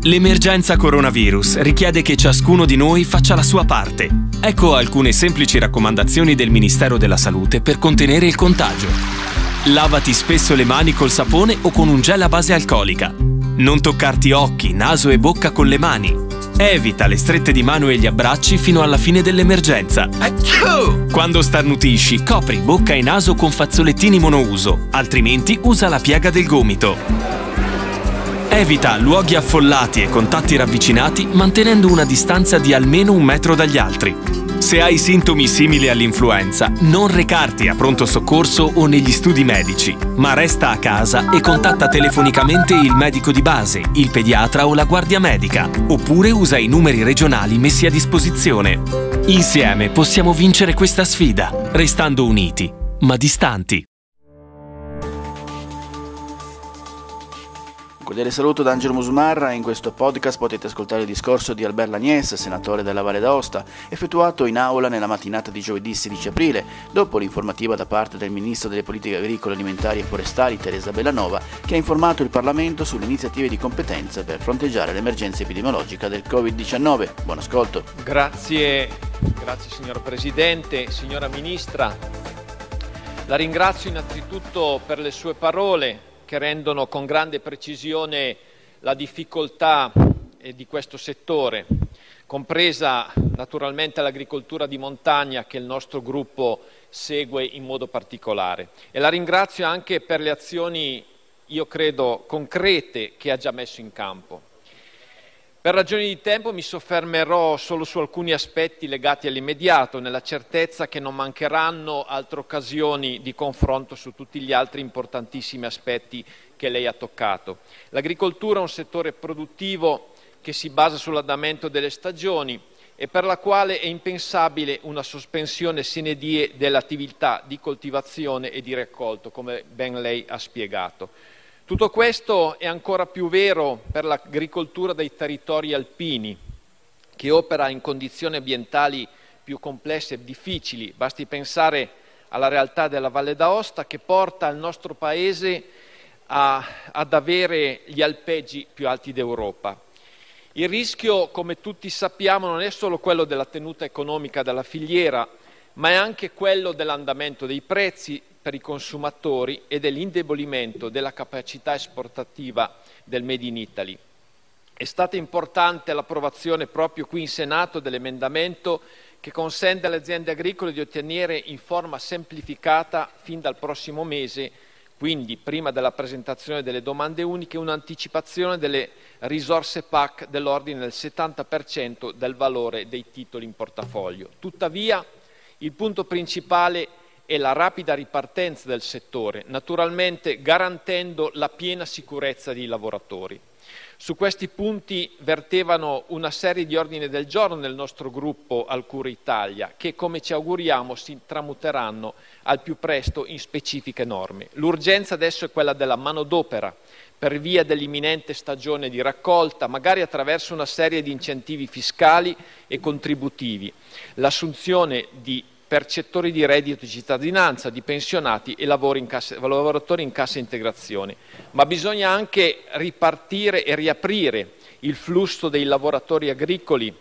L'emergenza coronavirus richiede che ciascuno di noi faccia la sua parte. Ecco alcune semplici raccomandazioni del Ministero della Salute per contenere il contagio. Lavati spesso le mani col sapone o con un gel a base alcolica. Non toccarti occhi, naso e bocca con le mani. Evita le strette di mano e gli abbracci fino alla fine dell'emergenza. Quando starnutisci, copri bocca e naso con fazzolettini monouso, altrimenti usa la piega del gomito. Evita luoghi affollati e contatti ravvicinati mantenendo una distanza di almeno 1 metro dagli altri. Se hai sintomi simili all'influenza, non recarti a pronto soccorso o negli studi medici, ma resta a casa e contatta telefonicamente il medico di base, il pediatra o la guardia medica, oppure usa i numeri regionali messi a disposizione. Insieme possiamo vincere questa sfida, restando uniti, ma distanti. Cordiale saluto da Angelo Musmarra. In questo podcast potete ascoltare il discorso di Albert Lagnes, senatore della Valle d'Aosta, effettuato in aula nella mattinata di giovedì 16 aprile, dopo l'informativa da parte del Ministro delle Politiche Agricole, Alimentari e Forestali, Teresa Bellanova, che ha informato il Parlamento sulle iniziative di competenza per fronteggiare l'emergenza epidemiologica del Covid-19. Buon ascolto. Grazie signor Presidente, signora Ministra. La ringrazio innanzitutto per le sue parole, che rendono con grande precisione la difficoltà di questo settore, compresa naturalmente l'agricoltura di montagna che il nostro gruppo segue in modo particolare. E la ringrazio anche per le azioni, io credo, concrete che ha già messo in campo. Per ragioni di tempo mi soffermerò solo su alcuni aspetti legati all'immediato, nella certezza che non mancheranno altre occasioni di confronto su tutti gli altri importantissimi aspetti che lei ha toccato. L'agricoltura è un settore produttivo che si basa sull'andamento delle stagioni e per la quale è impensabile una sospensione sine die dell'attività di coltivazione e di raccolto, come ben lei ha spiegato. Tutto questo è ancora più vero per l'agricoltura dei territori alpini, che opera in condizioni ambientali più complesse e difficili. Basti pensare alla realtà della Valle d'Aosta, che porta il nostro Paese ad avere gli alpeggi più alti d'Europa. Il rischio, come tutti sappiamo, non è solo quello della tenuta economica della filiera, ma è anche quello dell'andamento dei prezzi per i consumatori e dell'indebolimento della capacità esportativa del Made in Italy. È stata importante l'approvazione proprio qui in Senato dell'emendamento che consente alle aziende agricole di ottenere in forma semplificata fin dal prossimo mese, quindi prima della presentazione delle domande uniche, un'anticipazione delle risorse PAC dell'ordine del 70% del valore dei titoli in portafoglio. Tuttavia, il punto principale è la rapida ripartenza del settore, naturalmente garantendo la piena sicurezza dei lavoratori. Su questi punti vertevano una serie di ordini del giorno nel nostro gruppo al Cura Italia, che come ci auguriamo si tramuteranno al più presto in specifiche norme. L'urgenza adesso è quella della manodopera, per via dell'imminente stagione di raccolta, magari attraverso una serie di incentivi fiscali e contributivi, l'assunzione di percettori di reddito di cittadinanza, di pensionati e lavoratori in cassa integrazione. Ma bisogna anche ripartire e riaprire il flusso dei lavoratori agricoli,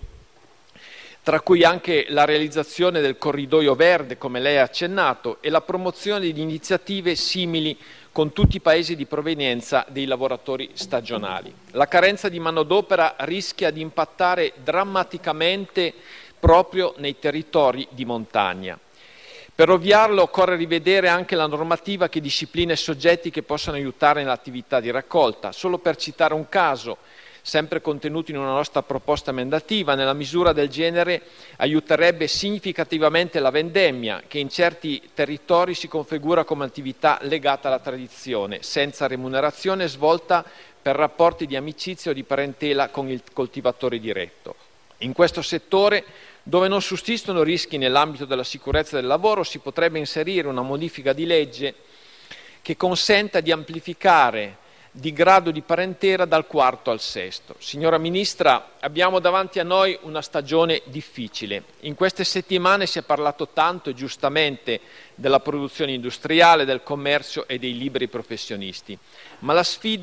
tra cui anche la realizzazione del corridoio verde, come lei ha accennato, e la promozione di iniziative simili con tutti i paesi di provenienza dei lavoratori stagionali. La carenza di manodopera rischia di impattare drammaticamente proprio nei territori di montagna. Per ovviarlo occorre rivedere anche la normativa che disciplina i soggetti che possono aiutare nell'attività di raccolta. Solo per citare un caso, sempre contenuto in una nostra proposta emendativa, nella misura del genere aiuterebbe significativamente la vendemmia, che in certi territori si configura come attività legata alla tradizione, senza remunerazione, svolta per rapporti di amicizia o di parentela con il coltivatore diretto. In questo settore, dove non sussistono rischi nell'ambito della sicurezza del lavoro, si potrebbe inserire una modifica di legge che consenta di amplificare di grado di parentela dal 4° al 6°. Signora Ministra, abbiamo davanti a noi una stagione difficile. In queste settimane si è parlato tanto e giustamente della produzione industriale, del commercio e dei liberi professionisti, ma la sfida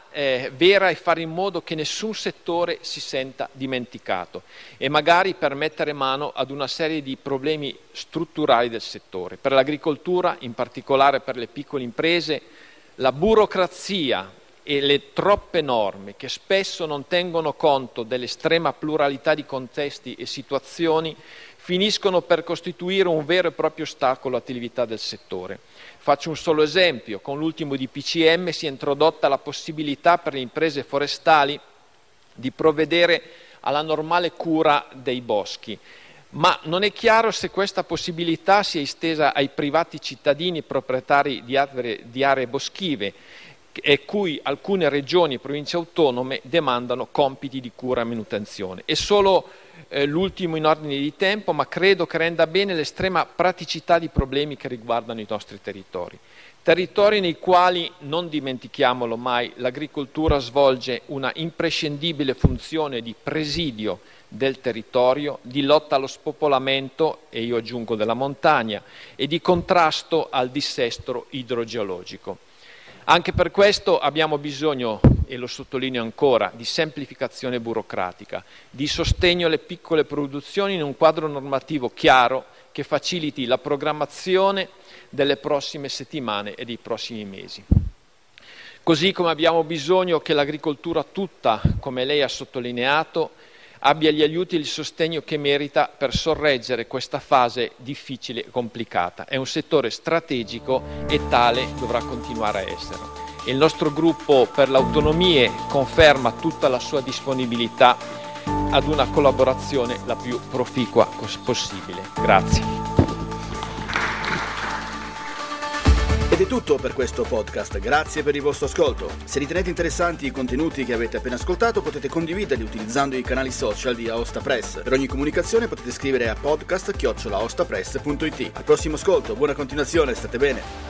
vera e fare in modo che nessun settore si senta dimenticato e magari per mettere mano ad una serie di problemi strutturali del settore. Per l'agricoltura, in particolare per le piccole imprese, la burocrazia e le troppe norme che spesso non tengono conto dell'estrema pluralità di contesti e situazioni finiscono per costituire un vero e proprio ostacolo all'attività del settore. Faccio un solo esempio: con l'ultimo DPCM si è introdotta la possibilità per le imprese forestali di provvedere alla normale cura dei boschi, ma non è chiaro se questa possibilità sia estesa ai privati cittadini proprietari di aree boschive e cui alcune regioni e province autonome demandano compiti di cura e manutenzione. È solo l'ultimo in ordine di tempo, ma credo che renda bene l'estrema praticità di problemi che riguardano i nostri territori. Territori nei quali, non dimentichiamolo mai, l'agricoltura svolge una imprescindibile funzione di presidio del territorio, di lotta allo spopolamento, e io aggiungo della montagna, e di contrasto al dissesto idrogeologico. Anche per questo abbiamo bisogno, e lo sottolineo ancora, di semplificazione burocratica, di sostegno alle piccole produzioni in un quadro normativo chiaro che faciliti la programmazione delle prossime settimane e dei prossimi mesi. Così come abbiamo bisogno che l'agricoltura tutta, come lei ha sottolineato, abbia gli aiuti e il sostegno che merita per sorreggere questa fase difficile e complicata. È un settore strategico e tale dovrà continuare a essere. Il nostro gruppo per le autonomie conferma tutta la sua disponibilità ad una collaborazione la più proficua possibile. Grazie. Ed è tutto per questo podcast, grazie per il vostro ascolto. Se ritenete interessanti i contenuti che avete appena ascoltato, potete condividerli utilizzando i canali social di Aosta Press. Per ogni comunicazione potete scrivere a podcast@aostapress.it. Al prossimo ascolto, buona continuazione, state bene.